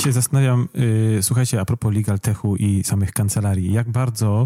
się zastanawiam, słuchajcie, a propos legal techu i samych kancelarii, jak bardzo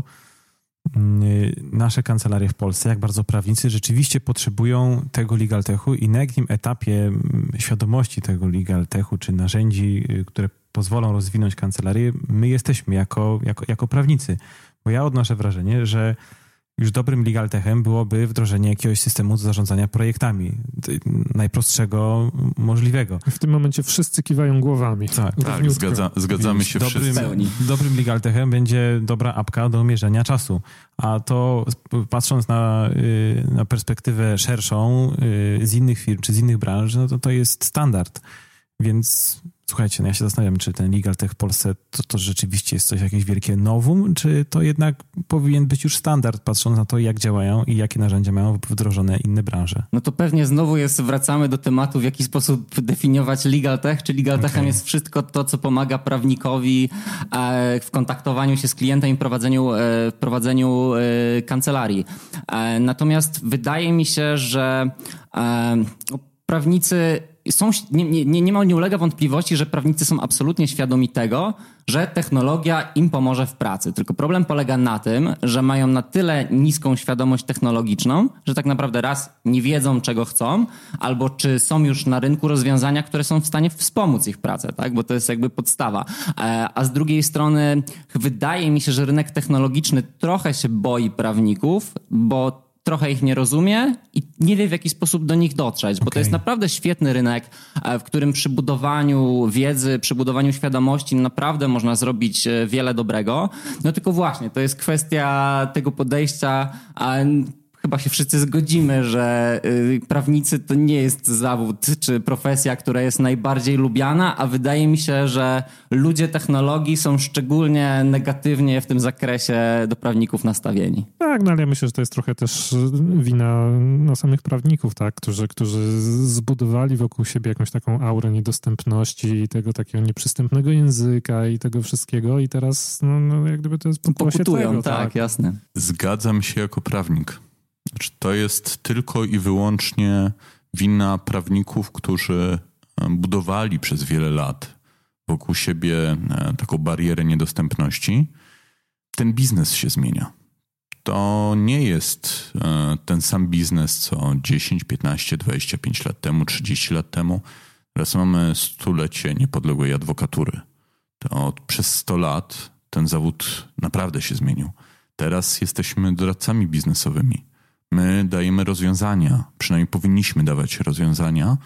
nasze kancelarie w Polsce, jak bardzo prawnicy rzeczywiście potrzebują tego legal techu i na jakim etapie świadomości tego legal techu czy narzędzi, które pozwolą rozwinąć kancelarię, my jesteśmy jako prawnicy. Bo ja odnoszę wrażenie, że już dobrym legal techem byłoby wdrożenie jakiegoś systemu do zarządzania projektami. Najprostszego możliwego. W tym momencie wszyscy kiwają głowami. Tak, zgadzamy się wszyscy. Dobrym legal techem będzie dobra apka do mierzenia czasu. A to patrząc na perspektywę szerszą z innych firm czy z innych branż, no to jest standard. Więc słuchajcie, ja się zastanawiam, czy ten legal tech w Polsce to rzeczywiście jest jakieś wielkie novum, czy to jednak powinien być już standard, patrząc na to, jak działają i jakie narzędzia mają wdrożone inne branże. No to pewnie znowu wracamy do tematu, w jaki sposób definiować legal tech. Czy legal techem jest wszystko to, co pomaga prawnikowi w kontaktowaniu się z klientem i prowadzeniu kancelarii. Natomiast wydaje mi się, że prawnicy nie ulega wątpliwości, że prawnicy są absolutnie świadomi tego, że technologia im pomoże w pracy. Tylko problem polega na tym, że mają na tyle niską świadomość technologiczną, że tak naprawdę raz nie wiedzą, czego chcą, albo czy są już na rynku rozwiązania, które są w stanie wspomóc ich pracę, tak? Bo to jest jakby podstawa. A z drugiej strony wydaje mi się, że rynek technologiczny trochę się boi prawników, bo trochę ich nie rozumie i nie wie, w jaki sposób do nich dotrzeć, bo to jest naprawdę świetny rynek, w którym przy budowaniu wiedzy, przy budowaniu świadomości naprawdę można zrobić wiele dobrego. No tylko właśnie, to jest kwestia tego podejścia, chyba się wszyscy zgodzimy, że prawnicy to nie jest zawód czy profesja, która jest najbardziej lubiana, a wydaje mi się, że ludzie technologii są szczególnie negatywnie w tym zakresie do prawników nastawieni. Tak, no ale ja myślę, że to jest trochę też wina samych prawników, tak, którzy zbudowali wokół siebie jakąś taką aurę niedostępności i tego takiego nieprzystępnego języka i tego wszystkiego i teraz no jak gdyby to jest pokłosie tego. Tak, jasne. Zgadzam się jako prawnik. To jest tylko i wyłącznie wina prawników, którzy budowali przez wiele lat wokół siebie taką barierę niedostępności. Ten biznes się zmienia. To nie jest ten sam biznes, co 10, 15, 25 lat temu, 30 lat temu. Teraz mamy stulecie niepodległej adwokatury. To przez 100 lat ten zawód naprawdę się zmienił. Teraz jesteśmy doradcami biznesowymi. My dajemy rozwiązania, przynajmniej powinniśmy dawać rozwiązania,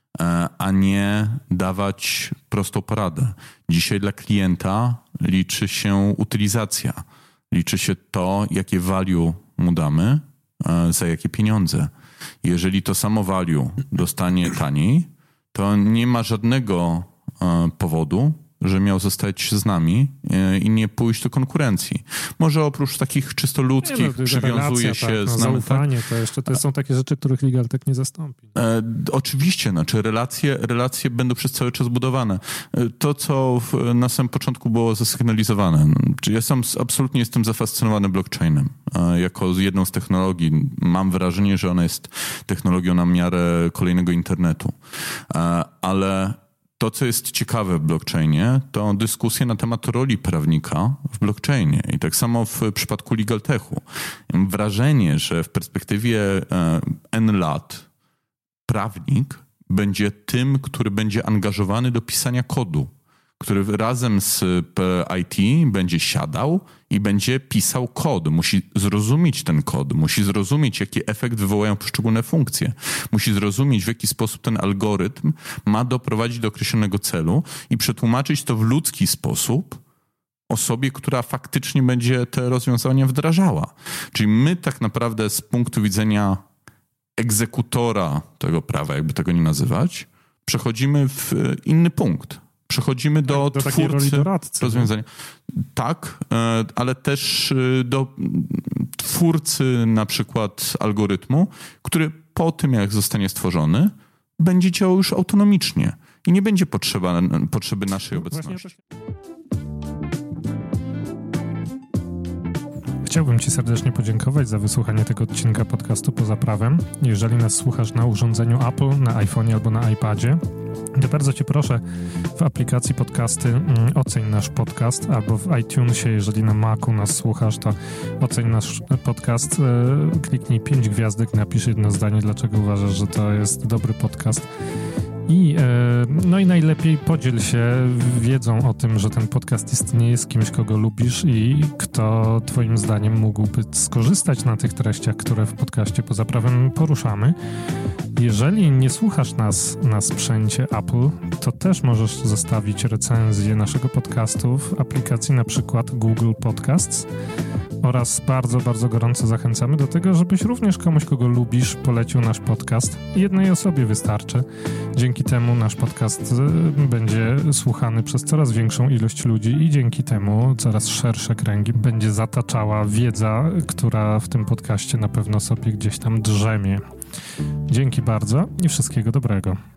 a nie dawać prostą poradę. Dzisiaj dla klienta liczy się utylizacja. Liczy się to, jakie value mu damy, za jakie pieniądze. Jeżeli to samo value dostanie taniej, to nie ma żadnego powodu, że miał zostać z nami i nie pójść do konkurencji. Może oprócz takich czysto ludzkich przywiązuje relacja, się... Tak, zaufanie, to jeszcze to są takie rzeczy, których legal tech nie zastąpi. Oczywiście, relacje będą przez cały czas budowane. To, co na samym początku było zasygnalizowane. Ja absolutnie jestem zafascynowany blockchainem. Jako jedną z technologii. Mam wrażenie, że ona jest technologią na miarę kolejnego internetu. Ale to, co jest ciekawe w blockchainie, to dyskusje na temat roli prawnika w blockchainie. I tak samo w przypadku legal techu. Mam wrażenie, że w perspektywie N lat prawnik będzie tym, który będzie angażowany do pisania kodu, który razem z IT będzie siadał i będzie pisał kod. Musi zrozumieć ten kod, musi zrozumieć, jaki efekt wywołają poszczególne funkcje. Musi zrozumieć, w jaki sposób ten algorytm ma doprowadzić do określonego celu i przetłumaczyć to w ludzki sposób osobie, która faktycznie będzie te rozwiązania wdrażała. Czyli my tak naprawdę z punktu widzenia egzekutora tego prawa, jakby tego nie nazywać, przechodzimy w inny punkt. Przechodzimy do twórcy rozwiązania. Tak, ale też do twórcy na przykład algorytmu, który po tym, jak zostanie stworzony, będzie działał już autonomicznie i nie będzie potrzeby naszej obecności. Chciałbym Ci serdecznie podziękować za wysłuchanie tego odcinka podcastu Poza Prawem. Jeżeli nas słuchasz na urządzeniu Apple, na iPhone'ie albo na iPadzie, to bardzo Cię proszę, w aplikacji podcasty oceń nasz podcast, albo w iTunesie, jeżeli na Macu nas słuchasz, to oceń nasz podcast, kliknij 5 gwiazdek, napisz jedno zdanie, dlaczego uważasz, że to jest dobry podcast. No i najlepiej podziel się wiedzą o tym, że ten podcast istnieje, z kimś, kogo lubisz i kto twoim zdaniem mógłby skorzystać na tych treściach, które w podcaście Poza Prawem poruszamy. Jeżeli nie słuchasz nas na sprzęcie Apple, to też możesz zostawić recenzję naszego podcastu w aplikacji na przykład Google Podcasts oraz bardzo, bardzo gorąco zachęcamy do tego, żebyś również komuś, kogo lubisz, polecił nasz podcast. Jednej osobie wystarczy. Dzięki temu nasz podcast będzie słuchany przez coraz większą ilość ludzi i dzięki temu coraz szersze kręgi będzie zataczała wiedza, która w tym podcaście na pewno sobie gdzieś tam drzemie. Dzięki bardzo i wszystkiego dobrego.